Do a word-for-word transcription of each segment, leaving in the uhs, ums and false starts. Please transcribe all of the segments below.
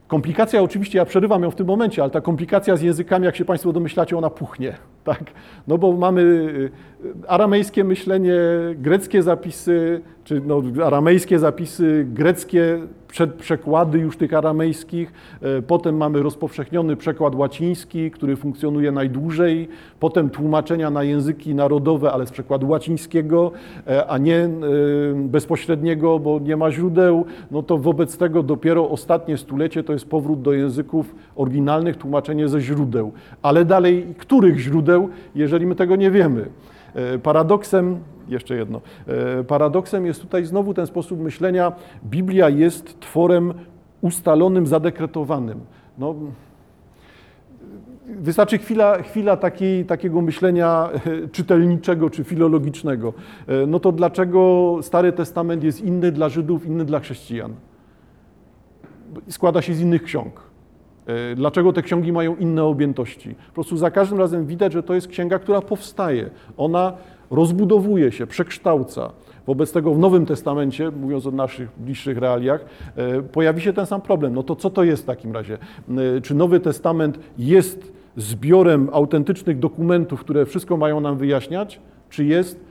Komplikacja, oczywiście ja przerywam ją w tym momencie, ale ta komplikacja z językami, jak się Państwo domyślacie, ona puchnie, tak? No bo mamy aramejskie myślenie, greckie zapisy, czy no, aramejskie zapisy, greckie przekłady już tych aramejskich, potem mamy rozpowszechniony przekład łaciński, który funkcjonuje najdłużej, potem tłumaczenia na języki narodowe, ale z przekładu łacińskiego, a nie bezpośredniego, bo nie ma źródeł, no to wobec tego dopiero ostatnie stulecie to jest powrót do języków oryginalnych, tłumaczenie ze źródeł. Ale dalej, których źródeł, jeżeli my tego nie wiemy? Paradoksem, jeszcze jedno, paradoksem jest tutaj znowu ten sposób myślenia, Biblia jest tworem ustalonym, zadekretowanym. No, wystarczy chwila, chwila takiej, takiego myślenia czytelniczego czy filologicznego. No to dlaczego Stary Testament jest inny dla Żydów, inny dla chrześcijan? Składa się z innych ksiąg. Dlaczego te księgi mają inne objętości? Po prostu za każdym razem widać, że to jest księga, która powstaje. Ona rozbudowuje się, przekształca. Wobec tego w Nowym Testamencie, mówiąc o naszych bliższych realiach, pojawi się ten sam problem. No to co to jest w takim razie? Czy Nowy Testament jest zbiorem autentycznych dokumentów, które wszystko mają nam wyjaśniać, czy jest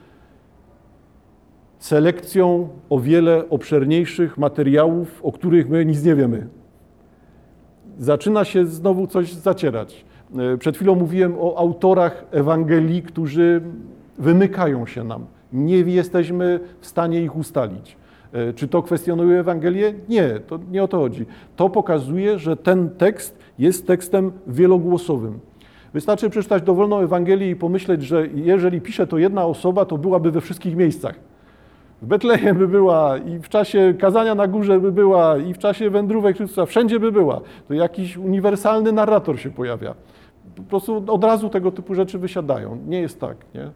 selekcją o wiele obszerniejszych materiałów, o których my nic nie wiemy? Zaczyna się znowu coś zacierać. Przed chwilą mówiłem o autorach Ewangelii, którzy wymykają się nam. Nie jesteśmy w stanie ich ustalić. Czy to kwestionuje Ewangelię? Nie, to nie o to chodzi. To pokazuje, że ten tekst jest tekstem wielogłosowym. Wystarczy przeczytać dowolną Ewangelię i pomyśleć, że jeżeli pisze to jedna osoba, to byłaby we wszystkich miejscach. W Betlejem by była i w czasie kazania na górze by była i w czasie wędrówek Chrystusa, wszędzie by była. To jakiś uniwersalny narrator się pojawia. Po prostu od razu tego typu rzeczy wysiadają. Nie jest tak, nie?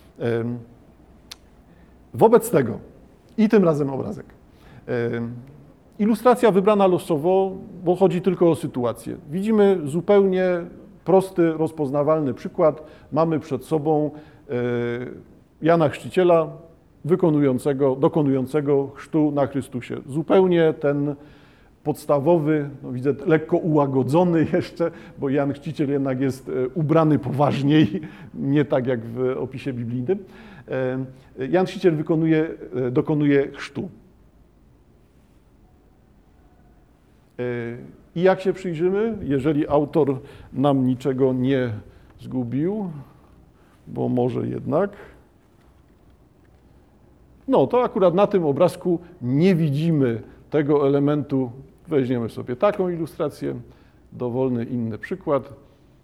Wobec tego, i tym razem obrazek, ilustracja wybrana losowo, bo chodzi tylko o sytuację. Widzimy zupełnie prosty, rozpoznawalny przykład. Mamy przed sobą Jana Chrzciciela, wykonującego, dokonującego chrztu na Chrystusie. Zupełnie ten podstawowy, no widzę, lekko ułagodzony jeszcze, bo Jan Chrzciciel jednak jest ubrany poważniej, nie tak jak w opisie biblijnym. Jan Chrzciciel wykonuje, dokonuje chrztu. I jak się przyjrzymy, jeżeli autor nam niczego nie zgubił, bo może jednak, no to akurat na tym obrazku nie widzimy tego elementu. Weźmiemy sobie taką ilustrację, dowolny inny przykład.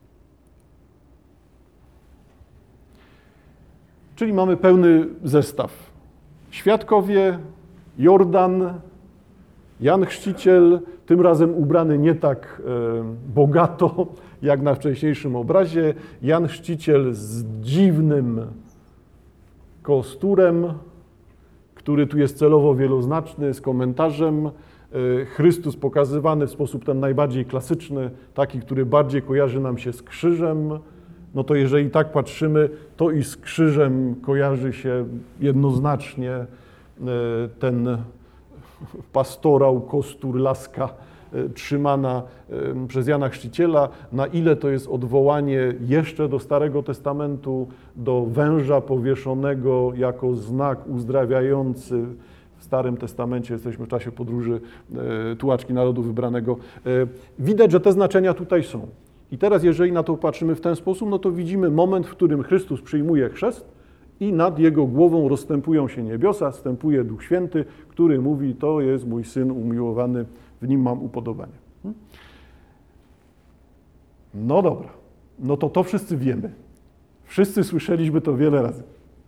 Czyli mamy pełny zestaw. Świadkowie, Jordan, Jan Chrzciciel, tym razem ubrany nie tak e, bogato jak na wcześniejszym obrazie. Jan Chrzciciel z dziwnym kosturem, który tu jest celowo wieloznaczny, z komentarzem. Chrystus pokazywany w sposób ten najbardziej klasyczny, taki, który bardziej kojarzy nam się z krzyżem. No to jeżeli tak patrzymy, to i z krzyżem kojarzy się jednoznacznie ten pastorał, kostur, laska trzymana przez Jana Chrzciciela. Na ile to jest odwołanie jeszcze do Starego Testamentu, do węża powieszonego jako znak uzdrawiający. W Starym Testamencie jesteśmy w czasie podróży tułaczki narodu wybranego. Widać, że te znaczenia tutaj są. I teraz, jeżeli na to patrzymy w ten sposób, no to widzimy moment, w którym Chrystus przyjmuje chrzest i nad Jego głową rozstępują się niebiosa, wstępuje Duch Święty, który mówi, to jest mój Syn umiłowany, w Nim mam upodobanie. No dobra, no to to wszyscy wiemy. Wszyscy słyszeliśmy to wiele razy.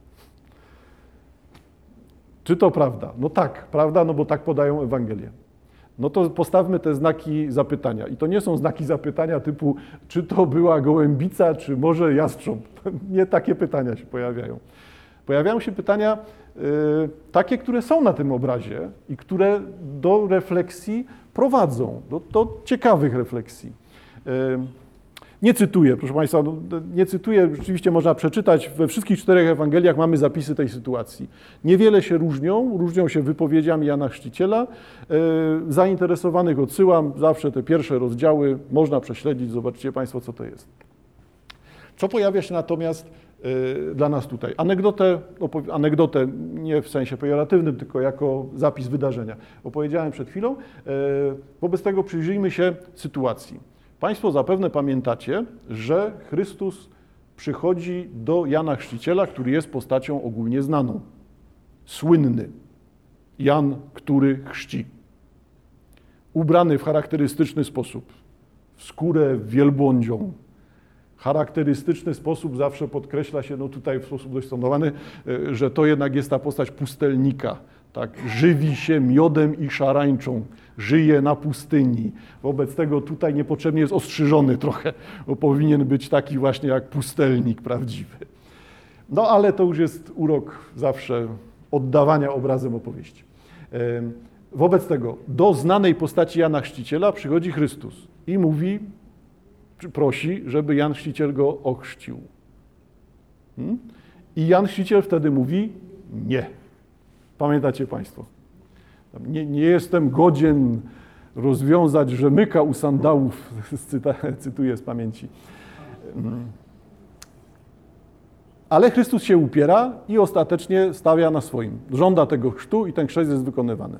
Czy to prawda? No tak, prawda, no bo tak podają Ewangelię. No to postawmy te znaki zapytania. I to nie są znaki zapytania typu, czy to była gołębica, czy może jastrząb. Nie takie pytania się pojawiają. Pojawiają się pytania y, takie, które są na tym obrazie i które do refleksji prowadzą, do, do ciekawych refleksji. Y, Nie cytuję, proszę Państwa, no, nie cytuję, rzeczywiście można przeczytać, we wszystkich czterech Ewangeliach mamy zapisy tej sytuacji. Niewiele się różnią, różnią się wypowiedziami Jana Chrzciciela. Zainteresowanych odsyłam, zawsze te pierwsze rozdziały można prześledzić, zobaczcie Państwo, co to jest. Co pojawia się natomiast dla nas tutaj? Anegdotę, anegdotę nie w sensie pejoratywnym, tylko jako zapis wydarzenia. Opowiedziałem przed chwilą. Wobec tego przyjrzyjmy się sytuacji. Państwo zapewne pamiętacie, że Chrystus przychodzi do Jana Chrzciciela, który jest postacią ogólnie znaną. Słynny Jan, który chrzci. Ubrany w charakterystyczny sposób, w skórę wielbłądzią. Charakterystyczny sposób zawsze podkreśla się, no tutaj w sposób dość stonowany, że to jednak jest ta postać pustelnika. Tak, żywi się miodem i szarańczą, żyje na pustyni. Wobec tego tutaj niepotrzebnie jest ostrzyżony trochę, bo powinien być taki właśnie jak pustelnik prawdziwy. No ale to już jest urok zawsze oddawania obrazem opowieści. Wobec tego do znanej postaci Jana Chrzciciela przychodzi Chrystus i mówi, prosi, żeby Jan Chrzciciel go ochrzcił. I Jan Chrzciciel wtedy mówi nie. Pamiętacie Państwo? Nie, nie jestem godzien rozwiązać rzemyka u sandałów, cytuję z pamięci. Ale Chrystus się upiera i ostatecznie stawia na swoim. Żąda tego chrztu i ten chrzest jest wykonywany.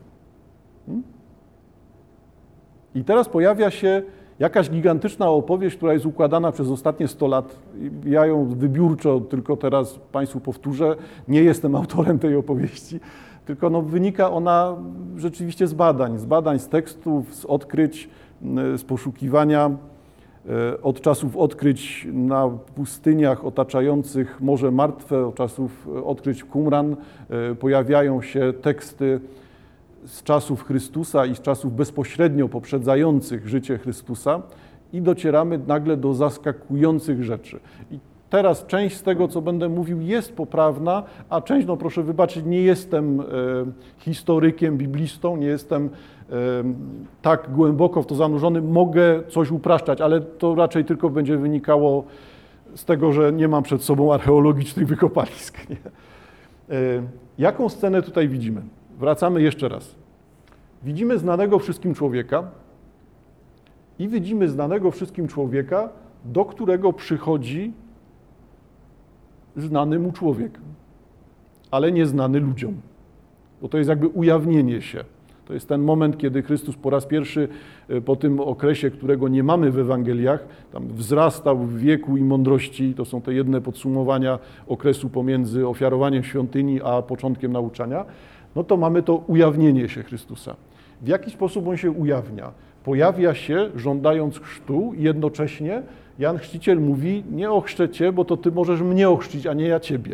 I teraz pojawia się jakaś gigantyczna opowieść, która jest układana przez ostatnie sto lat. Ja ją wybiórczo tylko teraz Państwu powtórzę. Nie jestem autorem tej opowieści, tylko no, wynika ona rzeczywiście z badań, z badań, z tekstów, z odkryć, z poszukiwania. Od czasów odkryć na pustyniach otaczających Morze Martwe, od czasów odkryć Qumran pojawiają się teksty z czasów Chrystusa i z czasów bezpośrednio poprzedzających życie Chrystusa i docieramy nagle do zaskakujących rzeczy. I teraz część z tego, co będę mówił, jest poprawna, a część, no proszę wybaczyć, nie jestem e, historykiem, biblistą, nie jestem e, tak głęboko w to zanurzony, mogę coś upraszczać, ale to raczej tylko będzie wynikało z tego, że nie mam przed sobą archeologicznych wykopalisk. Nie? E, jaką scenę tutaj widzimy? Wracamy jeszcze raz. Widzimy znanego wszystkim człowieka i widzimy znanego wszystkim człowieka, do którego przychodzi znany mu człowiek, ale nieznany ludziom. Bo to jest jakby ujawnienie się. To jest ten moment, kiedy Chrystus po raz pierwszy po tym okresie, którego nie mamy w Ewangeliach, tam wzrastał w wieku i mądrości. To są te jedne podsumowania okresu pomiędzy ofiarowaniem świątyni a początkiem nauczania. No to mamy to ujawnienie się Chrystusa. W jaki sposób on się ujawnia? Pojawia się żądając chrztu i jednocześnie Jan Chrzciciel mówi, nie ochrzczę cię, bo to ty możesz mnie ochrzcić, a nie ja ciebie.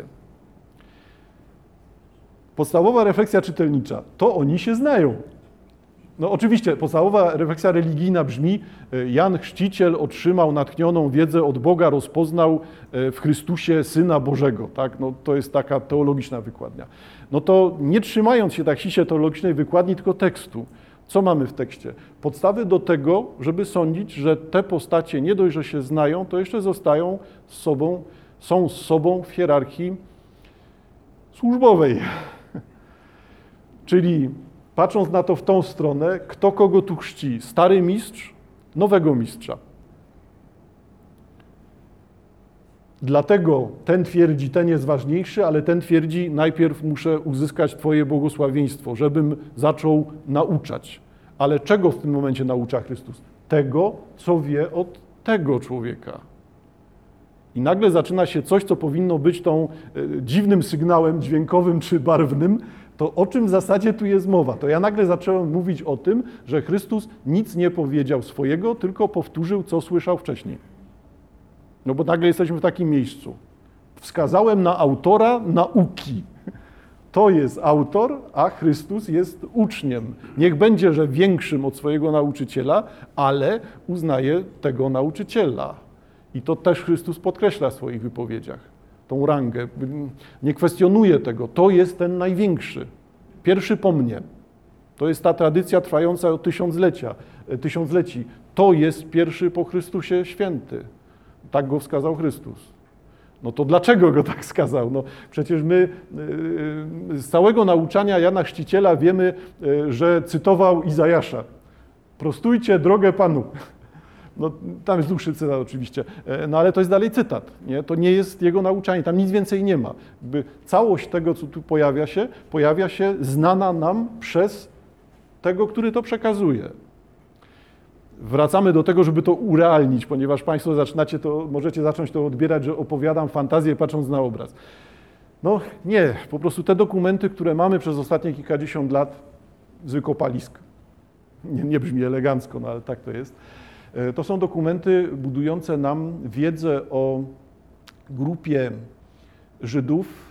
Podstawowa refleksja czytelnicza, to oni się znają. No oczywiście, podstawowa refleksja religijna brzmi, Jan Chrzciciel otrzymał natchnioną wiedzę od Boga, rozpoznał w Chrystusie Syna Bożego. Tak? No, to jest taka teologiczna wykładnia. No to nie trzymając się tak ściśle teologicznej wykładni, tylko tekstu. Co mamy w tekście? Podstawy do tego, żeby sądzić, że te postacie nie dość, że się znają, to jeszcze zostają z sobą, są z sobą w hierarchii służbowej. Czyli patrząc na to w tą stronę, kto kogo tu chrzci? Stary mistrz, nowego mistrza. Dlatego ten twierdzi, ten jest ważniejszy, ale ten twierdzi, najpierw muszę uzyskać Twoje błogosławieństwo, żebym zaczął nauczać. Ale czego w tym momencie naucza Chrystus? Tego, co wie od tego człowieka. I nagle zaczyna się coś, co powinno być tą dziwnym sygnałem dźwiękowym czy barwnym. To o czym w zasadzie tu jest mowa? To ja nagle zacząłem mówić o tym, że Chrystus nic nie powiedział swojego, tylko powtórzył, co słyszał wcześniej. No bo nagle jesteśmy w takim miejscu. Wskazałem na autora nauki. To jest autor, a Chrystus jest uczniem. Niech będzie, że większym od swojego nauczyciela, ale uznaje tego nauczyciela. I to też Chrystus podkreśla w swoich wypowiedziach. Tą rangę. Nie kwestionuje tego. To jest ten największy. Pierwszy po mnie. To jest ta tradycja trwająca od tysiąclecia, tysiącleci. To jest pierwszy po Chrystusie święty. Tak go wskazał Chrystus. No to dlaczego go tak skazał? No przecież my z całego nauczania Jana Chrzciciela wiemy, że cytował Izajasza. Prostujcie drogę Panu. No tam jest dłuższy cytat oczywiście, no ale to jest dalej cytat, nie? To nie jest jego nauczanie, tam nic więcej nie ma. Jakby całość tego, co tu pojawia się, pojawia się znana nam przez tego, który to przekazuje. Wracamy do tego, żeby to urealnić, ponieważ Państwo zaczynacie to, możecie zacząć to odbierać, że opowiadam fantazję patrząc na obraz. No nie, po prostu te dokumenty, które mamy przez ostatnie kilkadziesiąt lat z wykopalisk, nie, nie brzmi elegancko, no ale tak to jest, to są dokumenty budujące nam wiedzę o grupie Żydów.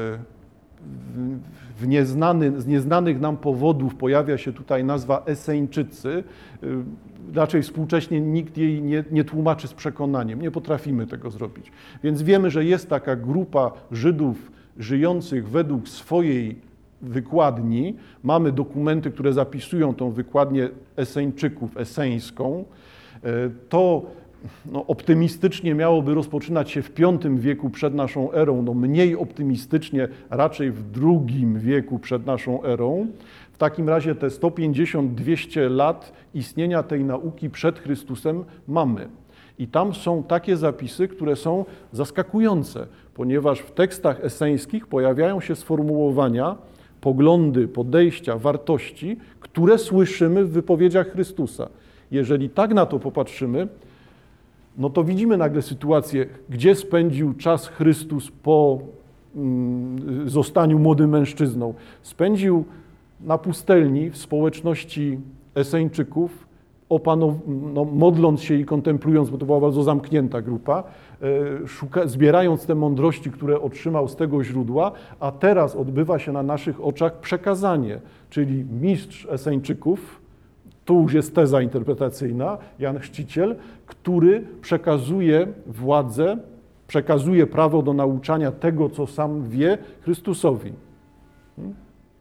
W nieznany, z nieznanych nam powodów pojawia się tutaj nazwa Eseńczycy. Raczej współcześnie nikt jej nie, nie tłumaczy z przekonaniem. Nie potrafimy tego zrobić. Więc wiemy, że jest taka grupa Żydów żyjących według swojej wykładni. Mamy dokumenty, które zapisują tą wykładnię Eseńczyków, eseńską. To no, optymistycznie miałoby rozpoczynać się w piątym wieku przed naszą erą, no mniej optymistycznie raczej w drugim wieku przed naszą erą. W takim razie te sto pięćdziesiąt do dwustu lat istnienia tej nauki przed Chrystusem mamy. I tam są takie zapisy, które są zaskakujące, ponieważ w tekstach eseńskich pojawiają się sformułowania, poglądy, podejścia, wartości, które słyszymy w wypowiedziach Chrystusa. Jeżeli tak na to popatrzymy, no to widzimy nagle sytuację, gdzie spędził czas Chrystus po mm, zostaniu młodym mężczyzną. Spędził na pustelni w społeczności Eseńczyków, opanow- no, modląc się i kontemplując, bo to była bardzo zamknięta grupa, e, szuka, zbierając te mądrości, które otrzymał z tego źródła, a teraz odbywa się na naszych oczach przekazanie, czyli mistrz Eseńczyków, tu już jest teza interpretacyjna, Jan Chrzciciel, który przekazuje władzę, przekazuje prawo do nauczania tego, co sam wie, Chrystusowi. Hmm?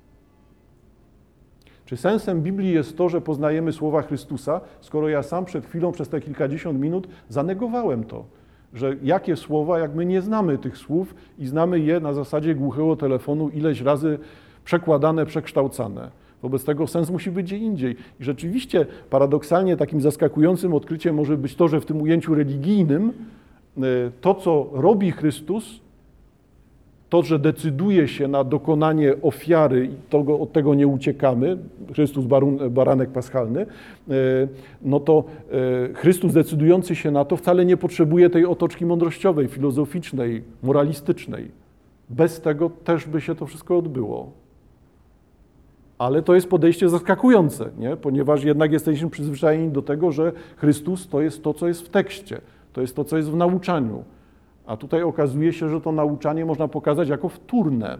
Czy sensem Biblii jest to, że poznajemy słowa Chrystusa, skoro ja sam przed chwilą, przez te kilkadziesiąt minut zanegowałem to, że jakie słowa, jak my nie znamy tych słów i znamy je na zasadzie głuchego telefonu ileś razy przekładane, przekształcane. Wobec tego sens musi być gdzie indziej. I rzeczywiście paradoksalnie takim zaskakującym odkryciem może być to, że w tym ujęciu religijnym to, co robi Chrystus, to, że decyduje się na dokonanie ofiary i tego, od tego nie uciekamy, Chrystus barun, baranek paschalny, no to Chrystus decydujący się na to wcale nie potrzebuje tej otoczki mądrościowej, filozoficznej, moralistycznej. Bez tego też by się to wszystko odbyło. Ale to jest podejście zaskakujące, nie? Ponieważ jednak jesteśmy przyzwyczajeni do tego, że Chrystus to jest to, co jest w tekście, to jest to, co jest w nauczaniu. A tutaj okazuje się, że to nauczanie można pokazać jako wtórne.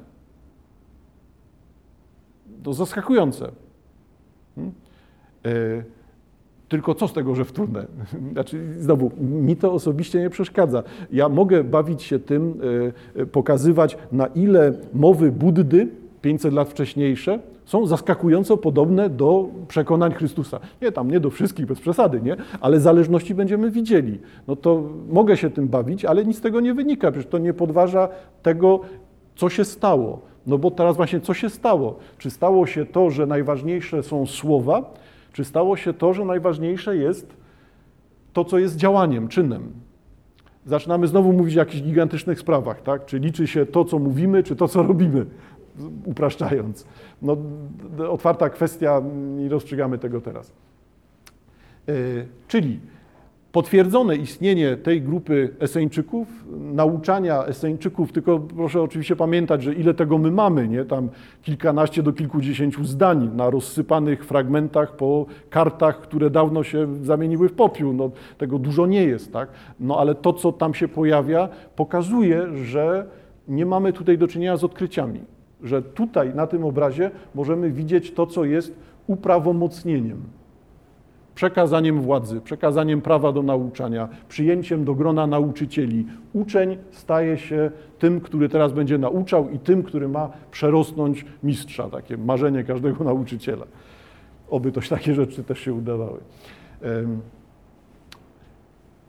To zaskakujące. Hmm? E, tylko co z tego, że wtórne? Znaczy, znowu, mi to osobiście nie przeszkadza. Ja mogę bawić się tym, e, pokazywać, na ile mowy Buddy, pięćset lat wcześniejsze, są zaskakująco podobne do przekonań Chrystusa. Nie tam, nie do wszystkich, bez przesady, nie? Ale zależności będziemy widzieli. No to mogę się tym bawić, ale nic z tego nie wynika, przecież to nie podważa tego, co się stało. No bo teraz właśnie co się stało? Czy stało się to, że najważniejsze są słowa, czy stało się to, że najważniejsze jest to, co jest działaniem, czynem? Zaczynamy znowu mówić o jakichś gigantycznych sprawach, tak? Czy liczy się to, co mówimy, czy to, co robimy? Upraszczając. No, otwarta kwestia, nie rozstrzygamy tego teraz. Yy, czyli potwierdzone istnienie tej grupy Eseńczyków, nauczania Eseńczyków, tylko proszę oczywiście pamiętać, że ile tego my mamy, nie? Tam kilkanaście do kilkudziesięciu zdań na rozsypanych fragmentach po kartach, które dawno się zamieniły w popiół. No, tego dużo nie jest, tak? No ale to, co tam się pojawia, pokazuje, że nie mamy tutaj do czynienia z odkryciami. Że tutaj na tym obrazie możemy widzieć to, co jest uprawomocnieniem, przekazaniem władzy, przekazaniem prawa do nauczania, przyjęciem do grona nauczycieli. Uczeń staje się tym, który teraz będzie nauczał i tym, który ma przerosnąć mistrza. Takie marzenie każdego nauczyciela. Oby też takie rzeczy też się udawały.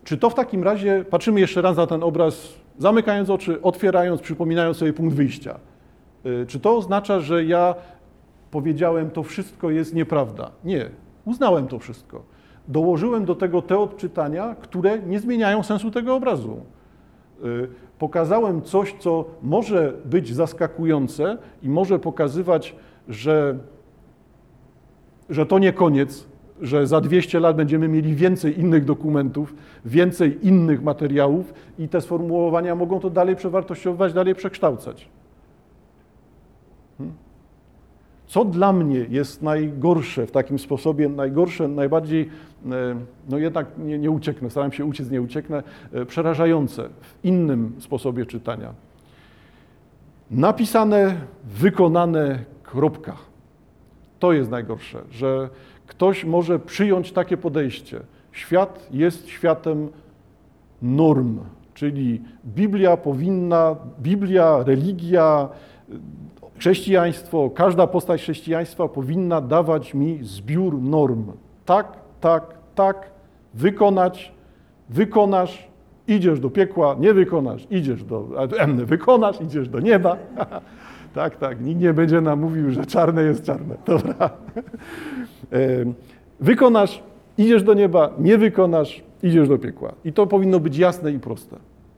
Czy to w takim razie, patrzymy jeszcze raz na ten obraz, zamykając oczy, otwierając, przypominając sobie punkt wyjścia. Czy to oznacza, że ja powiedziałem, to wszystko jest nieprawda? Nie, uznałem to wszystko. Dołożyłem do tego te odczytania, które nie zmieniają sensu tego obrazu. Pokazałem coś, co może być zaskakujące i może pokazywać, że, że to nie koniec, że za dwieście lat będziemy mieli więcej innych dokumentów, więcej innych materiałów i te sformułowania mogą to dalej przewartościowywać, dalej przekształcać. Co dla mnie jest najgorsze w takim sposobie, najgorsze, najbardziej, no jednak nie, nie ucieknę, staram się uciec, nie ucieknę, przerażające w innym sposobie czytania. Napisane, wykonane, kropka. To jest najgorsze, że ktoś może przyjąć takie podejście. Świat jest światem norm, czyli Biblia powinna, Biblia, religia, chrześcijaństwo, każda postać chrześcijaństwa powinna dawać mi zbiór norm. Tak, tak, tak, wykonać, wykonasz, idziesz do piekła, nie wykonasz, idziesz do, emny, wykonasz, idziesz do nieba. Tak, tak, nikt nie będzie nam mówił, że czarne jest czarne. Dobra. Wykonasz, idziesz do nieba, nie wykonasz, idziesz do piekła. I to powinno być jasne i proste.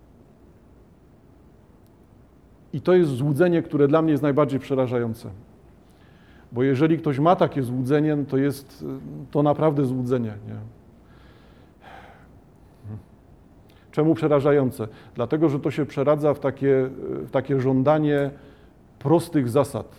I to jest złudzenie, które dla mnie jest najbardziej przerażające. Bo jeżeli ktoś ma takie złudzenie, to jest to naprawdę złudzenie. Nie? Czemu przerażające? Dlatego, że to się przeradza w takie, w takie żądanie prostych zasad.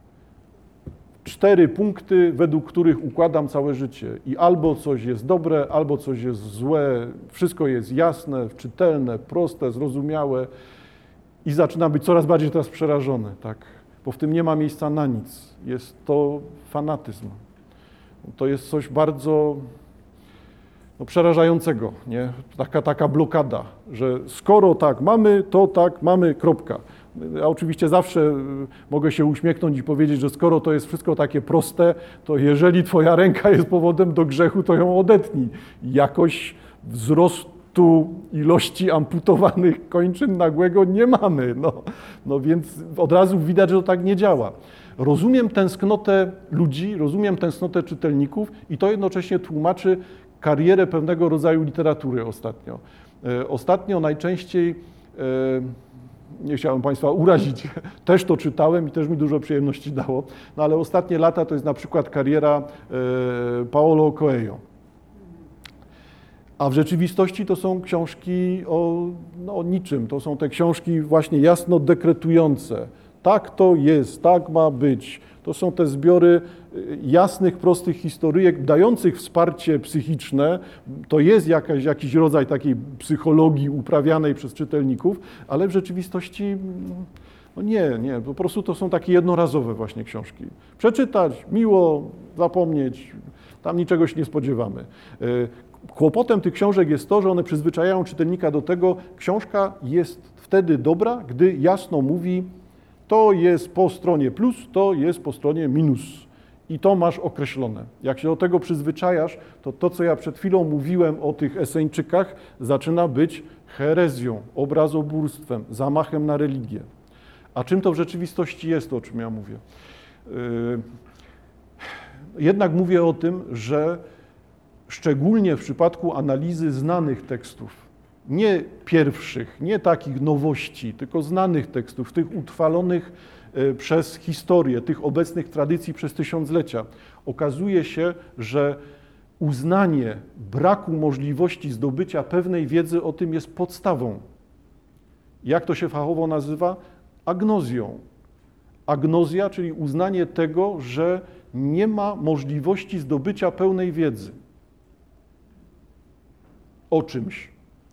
Cztery punkty, według których układam całe życie. I albo coś jest dobre, albo coś jest złe. Wszystko jest jasne, czytelne, proste, zrozumiałe. I zaczynam być coraz bardziej teraz przerażony, tak? Bo w tym nie ma miejsca na nic. Jest to fanatyzm. To jest coś bardzo no, przerażającego, nie? Taka, taka blokada, że skoro tak mamy, to tak mamy, kropka. Ja oczywiście zawsze mogę się uśmiechnąć i powiedzieć, że skoro to jest wszystko takie proste, to jeżeli twoja ręka jest powodem do grzechu, to ją odetnij. Jakoś wzrostu tu ilości amputowanych kończyn nagłego nie mamy, no, no więc od razu widać, że to tak nie działa. Rozumiem tęsknotę ludzi, rozumiem tęsknotę czytelników i to jednocześnie tłumaczy karierę pewnego rodzaju literatury ostatnio. Ostatnio najczęściej, nie chciałem Państwa urazić, też to czytałem i też mi dużo przyjemności dało, no ale ostatnie lata to jest na przykład kariera Paulo Coelho. A w rzeczywistości to są książki o, no, o niczym. To są te książki właśnie jasno dekretujące. Tak to jest, tak ma być. To są te zbiory jasnych, prostych historyjek, dających wsparcie psychiczne. To jest jakaś, jakiś rodzaj takiej psychologii uprawianej przez czytelników, ale w rzeczywistości no nie, nie. Po prostu to są takie jednorazowe właśnie książki. Przeczytać, miło, zapomnieć, tam niczego się nie spodziewamy. Kłopotem tych książek jest to, że one przyzwyczajają czytelnika do tego, książka jest wtedy dobra, gdy jasno mówi, to jest po stronie plus, to jest po stronie minus. I to masz określone. Jak się do tego przyzwyczajasz, to to, co ja przed chwilą mówiłem o tych Eseńczykach, zaczyna być herezją, obrazobórstwem, zamachem na religię. A czym to w rzeczywistości jest, to o czym ja mówię? Jednak mówię o tym, że szczególnie w przypadku analizy znanych tekstów, nie pierwszych, nie takich nowości, tylko znanych tekstów, tych utrwalonych przez historię, tych obecnych tradycji przez tysiąclecia, okazuje się, że uznanie braku możliwości zdobycia pewnej wiedzy o tym jest podstawą. Jak to się fachowo nazywa? Agnozją. Agnozja, czyli uznanie tego, że nie ma możliwości zdobycia pełnej wiedzy o czymś.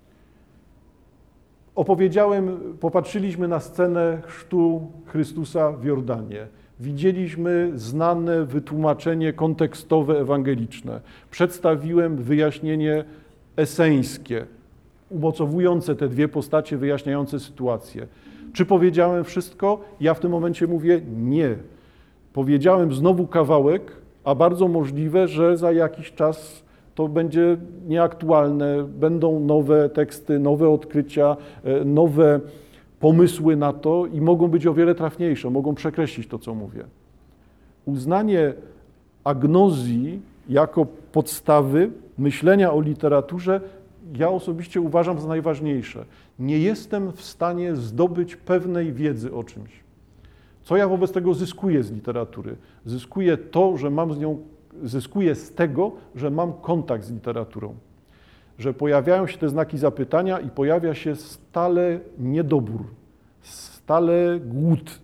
Opowiedziałem, popatrzyliśmy na scenę chrztu Chrystusa w Jordanie. Widzieliśmy znane wytłumaczenie kontekstowe, ewangeliczne. Przedstawiłem wyjaśnienie eseńskie, umocowujące te dwie postacie, wyjaśniające sytuację. Czy powiedziałem wszystko? Ja w tym momencie mówię nie. Powiedziałem znowu kawałek, a bardzo możliwe, że za jakiś czas to będzie nieaktualne, będą nowe teksty, nowe odkrycia, nowe pomysły na to i mogą być o wiele trafniejsze, mogą przekreślić to, co mówię. Uznanie agnozji jako podstawy myślenia o literaturze ja osobiście uważam za najważniejsze. Nie jestem w stanie zdobyć pewnej wiedzy o czymś. Co ja wobec tego zyskuję z literatury? Zyskuję to, że mam z nią, zyskuję z tego, że mam kontakt z literaturą. Że pojawiają się te znaki zapytania i pojawia się stale niedobór, stale głód.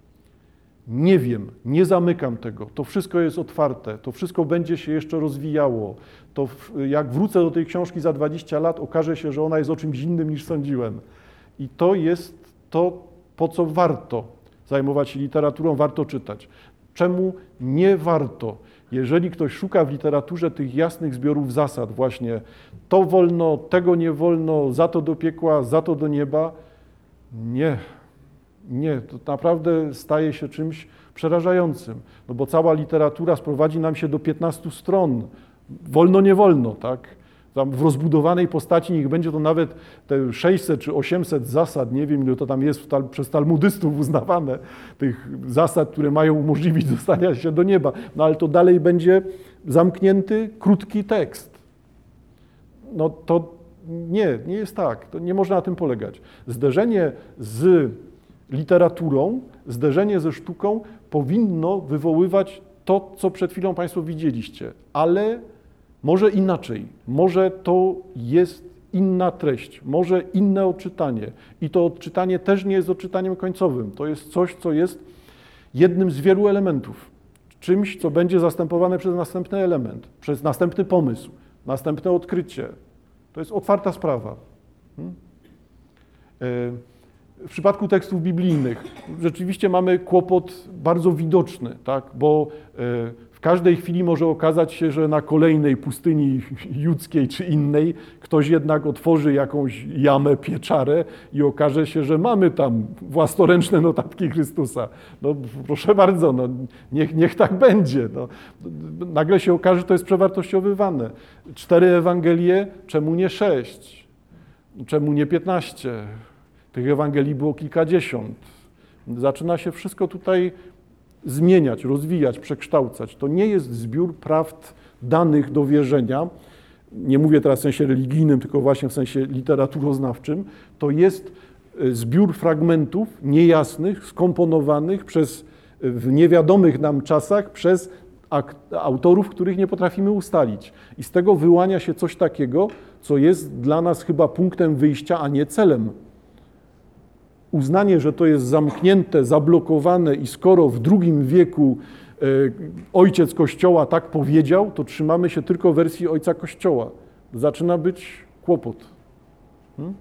Nie wiem, nie zamykam tego, to wszystko jest otwarte, to wszystko będzie się jeszcze rozwijało. To jak wrócę do tej książki za dwadzieścia lat, okaże się, że ona jest o czymś innym niż sądziłem. I to jest to, po co warto zajmować się literaturą, warto czytać. Czemu nie warto? Jeżeli ktoś szuka w literaturze tych jasnych zbiorów zasad, właśnie to wolno, tego nie wolno, za to do piekła, za to do nieba, nie. Nie, to naprawdę staje się czymś przerażającym, no bo cała literatura sprowadzi nam się do piętnastu stron, wolno, nie wolno, tak? Tam w rozbudowanej postaci niech będzie to nawet te sześćset czy osiemset zasad, nie wiem ile to tam jest przez talmudystów uznawane, tych zasad, które mają umożliwić dostania się do nieba, no ale to dalej będzie zamknięty, krótki tekst. No to nie, nie jest tak, to nie można na tym polegać. Zderzenie z literaturą, zderzenie ze sztuką powinno wywoływać to, co przed chwilą Państwo widzieliście, ale może inaczej, może to jest inna treść, może inne odczytanie i to odczytanie też nie jest odczytaniem końcowym, to jest coś, co jest jednym z wielu elementów, czymś, co będzie zastępowane przez następny element, przez następny pomysł, następne odkrycie. To jest otwarta sprawa. Hmm? W przypadku tekstów biblijnych rzeczywiście mamy kłopot bardzo widoczny, tak? Bo w każdej chwili może okazać się, że na kolejnej pustyni judzkiej czy innej ktoś jednak otworzy jakąś jamę, pieczarę i okaże się, że mamy tam własnoręczne notatki Chrystusa. No proszę bardzo, no, niech, niech tak będzie. No. Nagle się okaże, że to jest przewartościowywane. Cztery Ewangelie, czemu nie sześć? Czemu nie piętnaście? Tych Ewangelii było kilkadziesiąt. Zaczyna się wszystko tutaj zmieniać, rozwijać, przekształcać. To nie jest zbiór prawd danych do wierzenia. Nie mówię teraz w sensie religijnym, tylko właśnie w sensie literaturoznawczym. To jest zbiór fragmentów niejasnych, skomponowanych przez, w niewiadomych nam czasach przez autorów, których nie potrafimy ustalić. I z tego wyłania się coś takiego, co jest dla nas chyba punktem wyjścia, a nie celem. Uznanie, że to jest zamknięte, zablokowane i skoro w drugim wieku e, ojciec Kościoła tak powiedział, to trzymamy się tylko wersji ojca Kościoła. Zaczyna być kłopot. Hmm?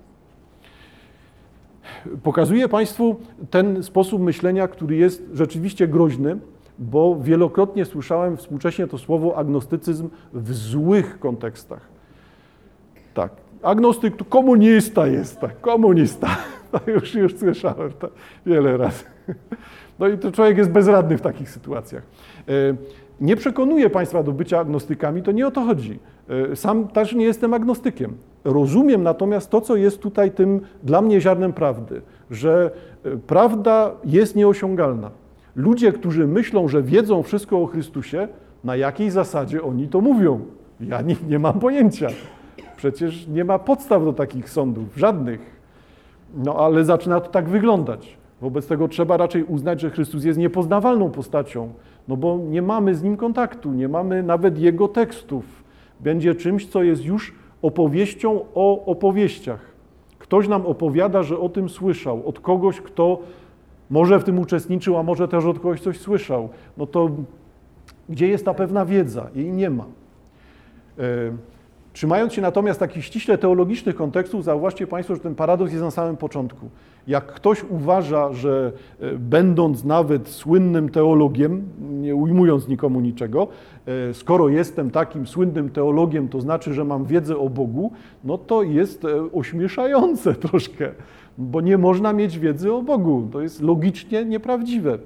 Pokazuję Państwu ten sposób myślenia, który jest rzeczywiście groźny, bo wielokrotnie słyszałem współcześnie to słowo agnostycyzm w złych kontekstach. Tak, agnostyk to komunista jest, tak, komunista. No już, już słyszałem to wiele razy. No i to człowiek jest bezradny w takich sytuacjach. Nie przekonuję Państwa do bycia agnostykami, to nie o to chodzi. Sam też nie jestem agnostykiem. Rozumiem natomiast to, co jest tutaj tym dla mnie ziarnem prawdy, że prawda jest nieosiągalna. Ludzie, którzy myślą, że wiedzą wszystko o Chrystusie, na jakiej zasadzie oni to mówią? Ja nie, nie mam pojęcia. Przecież nie ma podstaw do takich sądów, żadnych. No ale zaczyna to tak wyglądać. Wobec tego trzeba raczej uznać, że Chrystus jest niepoznawalną postacią, no bo nie mamy z Nim kontaktu, nie mamy nawet Jego tekstów. Będzie czymś, co jest już opowieścią o opowieściach. Ktoś nam opowiada, że o tym słyszał, od kogoś, kto może w tym uczestniczył, a może też od kogoś coś słyszał. No to gdzie jest ta pewna wiedza? Jej nie ma. Trzymając się natomiast takich ściśle teologicznych kontekstów, zauważcie Państwo, że ten paradoks jest na samym początku. Jak ktoś uważa, że będąc nawet słynnym teologiem, nie ujmując nikomu niczego, skoro jestem takim słynnym teologiem, to znaczy, że mam wiedzę o Bogu, no to jest ośmieszające troszkę, bo nie można mieć wiedzy o Bogu. To jest logicznie nieprawdziwe.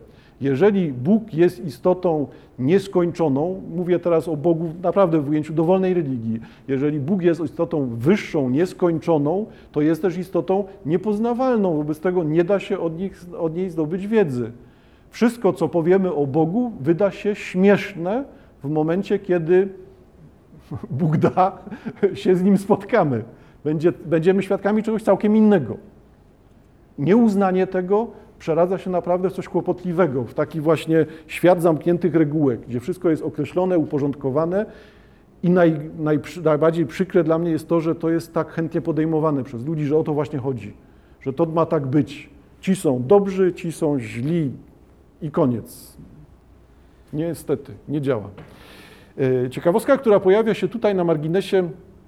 Jeżeli Bóg jest istotą nieskończoną, mówię teraz o Bogu naprawdę w ujęciu dowolnej religii, jeżeli Bóg jest istotą wyższą, nieskończoną, to jest też istotą niepoznawalną, wobec tego nie da się od, nich, od niej zdobyć wiedzy. Wszystko, co powiemy o Bogu, wyda się śmieszne w momencie, kiedy Bóg da, się z Nim spotkamy. Będzie, będziemy świadkami czegoś całkiem innego. Nieuznanie tego przeradza się naprawdę w coś kłopotliwego, w taki właśnie świat zamkniętych regułek, gdzie wszystko jest określone, uporządkowane i naj, naj, najbardziej przykre dla mnie jest to, że to jest tak chętnie podejmowane przez ludzi, że o to właśnie chodzi, że to ma tak być. Ci są dobrzy, ci są źli i koniec. Niestety, nie działa. Ciekawostka, która pojawia się tutaj na marginesie,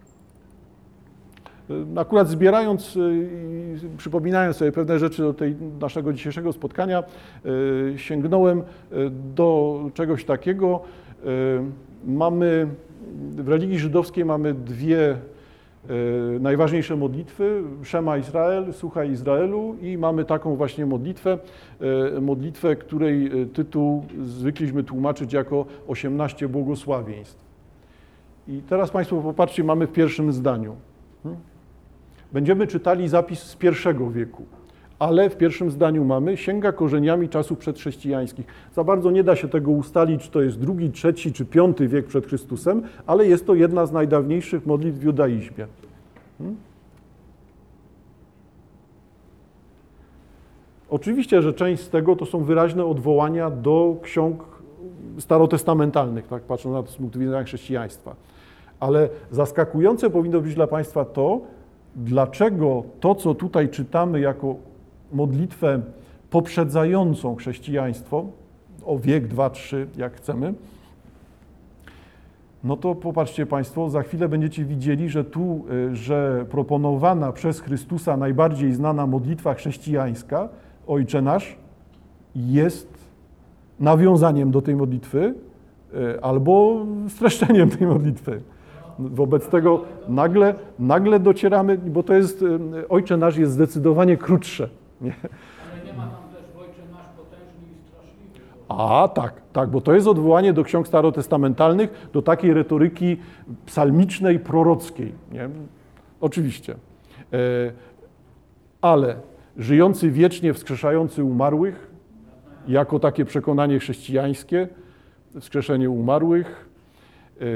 akurat zbierając i przypominając sobie pewne rzeczy do tej naszego dzisiejszego spotkania, sięgnąłem do czegoś takiego. Mamy, w religii żydowskiej mamy dwie najważniejsze modlitwy, Szema Izrael, Słuchaj Izraelu, i mamy taką właśnie modlitwę, modlitwę, której tytuł zwykliśmy tłumaczyć jako osiemnaście błogosławieństw. I teraz Państwo popatrzcie, mamy w pierwszym zdaniu. Będziemy czytali zapis z pierwszego wieku, ale w pierwszym zdaniu mamy: sięga korzeniami czasów przedchrześcijańskich. Za bardzo nie da się tego ustalić, czy to jest drugi, trzeci czy piąty wiek przed Chrystusem, ale jest to jedna z najdawniejszych modlitw w judaizmie. Hmm? Oczywiście, że część z tego to są wyraźne odwołania do ksiąg starotestamentalnych, tak patrząc na to z punktu widzenia chrześcijaństwa. Ale zaskakujące powinno być dla Państwa to, dlaczego to, co tutaj czytamy jako modlitwę poprzedzającą chrześcijaństwo, o wiek, dwa, trzy, jak chcemy, no to popatrzcie Państwo, za chwilę będziecie widzieli, że tu, że proponowana przez Chrystusa najbardziej znana modlitwa chrześcijańska, Ojcze Nasz, jest nawiązaniem do tej modlitwy albo streszczeniem tej modlitwy. Wobec tego nagle, nagle docieramy, bo to jest, Ojcze Nasz jest zdecydowanie krótsze. Nie? Ale nie ma tam też Ojcze Nasz potężny i straszliwy. A tak, tak, bo to jest odwołanie do ksiąg starotestamentalnych, do takiej retoryki psalmicznej, prorockiej. Nie? Oczywiście. E, ale żyjący wiecznie, wskrzeszający umarłych, jako takie przekonanie chrześcijańskie, wskrzeszenie umarłych, e,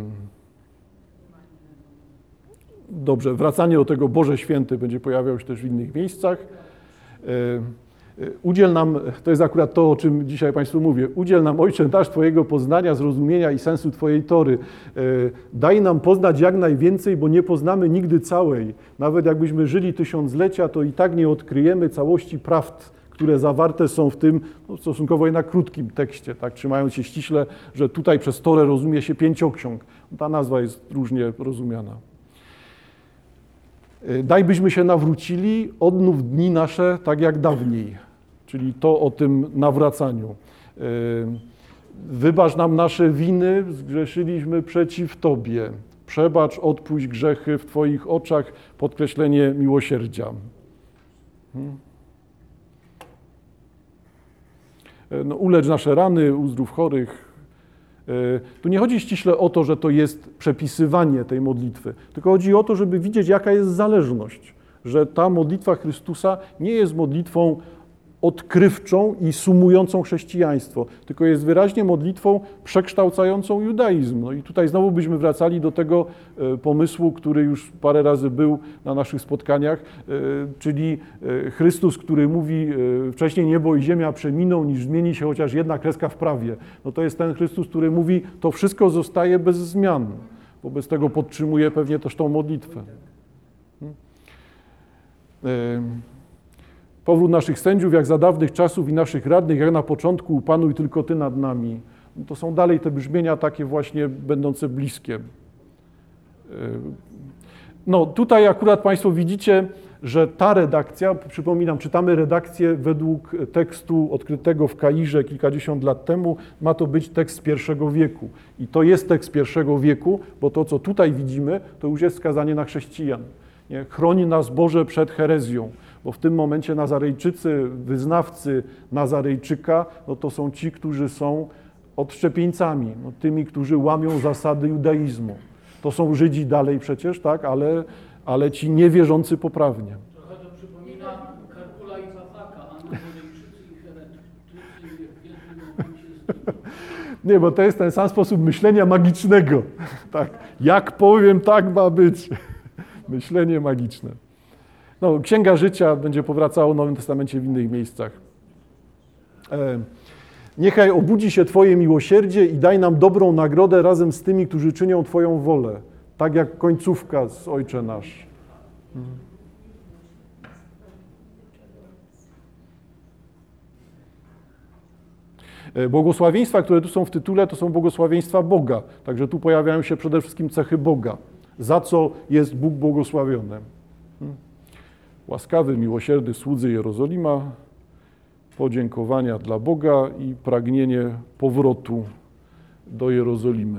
Dobrze, wracanie do tego Boże Święty będzie pojawiało się też w innych miejscach. Udziel nam, to jest akurat to, o czym dzisiaj Państwu mówię, udziel nam, Ojcze Nasz, Twojego poznania, zrozumienia i sensu Twojej Tory. Daj nam poznać jak najwięcej, bo nie poznamy nigdy całej. Nawet jakbyśmy żyli tysiąclecia, to i tak nie odkryjemy całości prawd, które zawarte są w tym no, stosunkowo jednak krótkim tekście, tak, trzymając się ściśle, że tutaj przez Torę rozumie się pięcioksiąg. Ta nazwa jest różnie rozumiana. Daj, byśmy się nawrócili, odnów dni nasze tak jak dawniej, czyli to o tym nawracaniu. Wybacz nam nasze winy, zgrzeszyliśmy przeciw Tobie. Przebacz, odpuść grzechy w Twoich oczach, podkreślenie miłosierdzia. No, ulecz nasze rany, uzdrów chorych. Tu nie chodzi ściśle o to, że to jest przepisywanie tej modlitwy, tylko chodzi o to, żeby widzieć, jaka jest zależność, że ta modlitwa Chrystusa nie jest modlitwą odkrywczą i sumującą chrześcijaństwo, tylko jest wyraźnie modlitwą przekształcającą judaizm. No i tutaj znowu byśmy wracali do tego pomysłu, który już parę razy był na naszych spotkaniach, czyli Chrystus, który mówi, wcześniej niebo i ziemia przeminą, niż zmieni się chociaż jedna kreska w prawie. No to jest ten Chrystus, który mówi, to wszystko zostaje bez zmian. Wobec tego podtrzymuje pewnie też tą modlitwę. Hmm? Powrót naszych sędziów, jak za dawnych czasów, i naszych radnych, jak na początku, upanuj tylko Ty nad nami. No to są dalej te brzmienia takie właśnie będące bliskie. No tutaj akurat Państwo widzicie, że ta redakcja, przypominam, czytamy redakcję według tekstu odkrytego w Kairze kilkadziesiąt lat temu, ma to być tekst z pierwszego wieku. I to jest tekst z pierwszego wieku, bo to, co tutaj widzimy, to już jest wskazanie na chrześcijan. Nie? Chroni nas Boże przed herezją, bo w tym momencie Nazarejczycy, wyznawcy Nazarejczyka, no to są ci, którzy są odszczepieńcami, no tymi, którzy łamią zasady judaizmu. To są Żydzi dalej przecież, tak, ale, ale ci niewierzący poprawnie. Trochę to przypomina Karkula i Zafaka, a Nazarejczycy i heretycy w jednym momencie z Nie, bo to jest ten sam sposób myślenia magicznego. Tak, jak powiem, tak ma być. Myślenie magiczne. No, Księga Życia będzie powracała w Nowym Testamencie w innych miejscach. E, Niechaj obudzi się Twoje miłosierdzie i daj nam dobrą nagrodę razem z tymi, którzy czynią Twoją wolę. Tak jak końcówka z Ojcze Nasz. Błogosławieństwa, które tu są w tytule, to są błogosławieństwa Boga. Także tu pojawiają się przede wszystkim cechy Boga. Za co jest Bóg błogosławiony. Łaskawy, miłosierny słudzy Jerozolima, podziękowania dla Boga i pragnienie powrotu do Jerozolimy.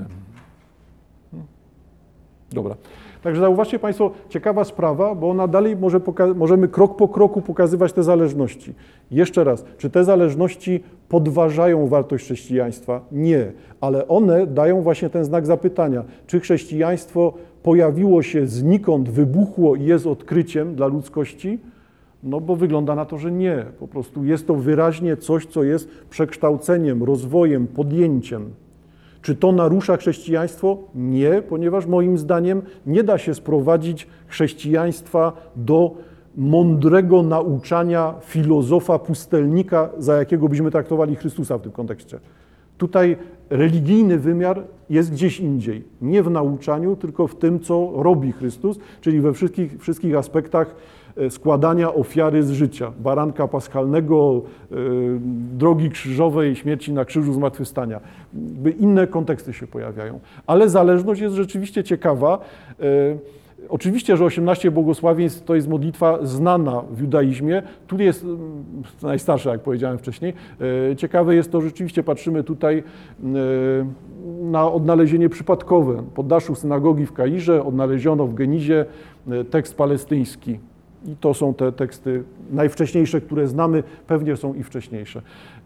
Dobra. Także zauważcie Państwo, ciekawa sprawa, bo ona dalej może poka- możemy krok po kroku pokazywać te zależności. Jeszcze raz, czy te zależności podważają wartość chrześcijaństwa? Nie, ale one dają właśnie ten znak zapytania, czy chrześcijaństwo pojawiło się znikąd, wybuchło i jest odkryciem dla ludzkości? No bo wygląda na to, że nie. Po prostu jest to wyraźnie coś, co jest przekształceniem, rozwojem, podjęciem. Czy to narusza chrześcijaństwo? Nie, ponieważ moim zdaniem nie da się sprowadzić chrześcijaństwa do mądrego nauczania filozofa, pustelnika, za jakiego byśmy traktowali Chrystusa w tym kontekście. Tutaj religijny wymiar jest gdzieś indziej. Nie w nauczaniu, tylko w tym, co robi Chrystus, czyli we wszystkich, wszystkich aspektach składania ofiary z życia. Baranka paschalnego, drogi krzyżowej, śmierci na krzyżu, zmartwychwstania. Inne konteksty się pojawiają. Ale zależność jest rzeczywiście ciekawa. Oczywiście, że osiemnaście błogosławieństw to jest modlitwa znana w judaizmie. Tu jest najstarsza, jak powiedziałem wcześniej. Ciekawe jest to, że rzeczywiście patrzymy tutaj na odnalezienie przypadkowe. W poddaszu synagogi w Kairze odnaleziono w Genizie tekst palestyński. I to są te teksty najwcześniejsze, które znamy, pewnie są i wcześniejsze.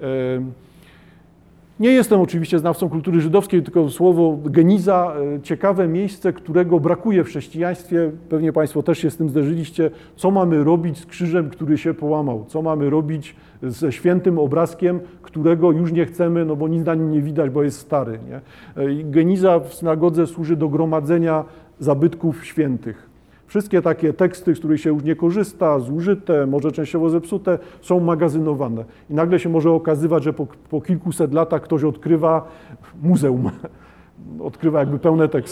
Nie jestem oczywiście znawcą kultury żydowskiej, tylko słowo Geniza, ciekawe miejsce, którego brakuje w chrześcijaństwie. Pewnie Państwo też się z tym zderzyliście. Co mamy robić z krzyżem, który się połamał? Co mamy robić ze świętym obrazkiem, którego już nie chcemy, no bo nic na nim nie widać, bo jest stary. Nie? Geniza w synagodze służy do gromadzenia zabytków świętych. Wszystkie takie teksty, z których się już nie korzysta, zużyte, może częściowo zepsute, są magazynowane. I nagle się może okazywać, że po, po kilkuset latach ktoś odkrywa muzeum. Odkrywa jakby pełne teksty.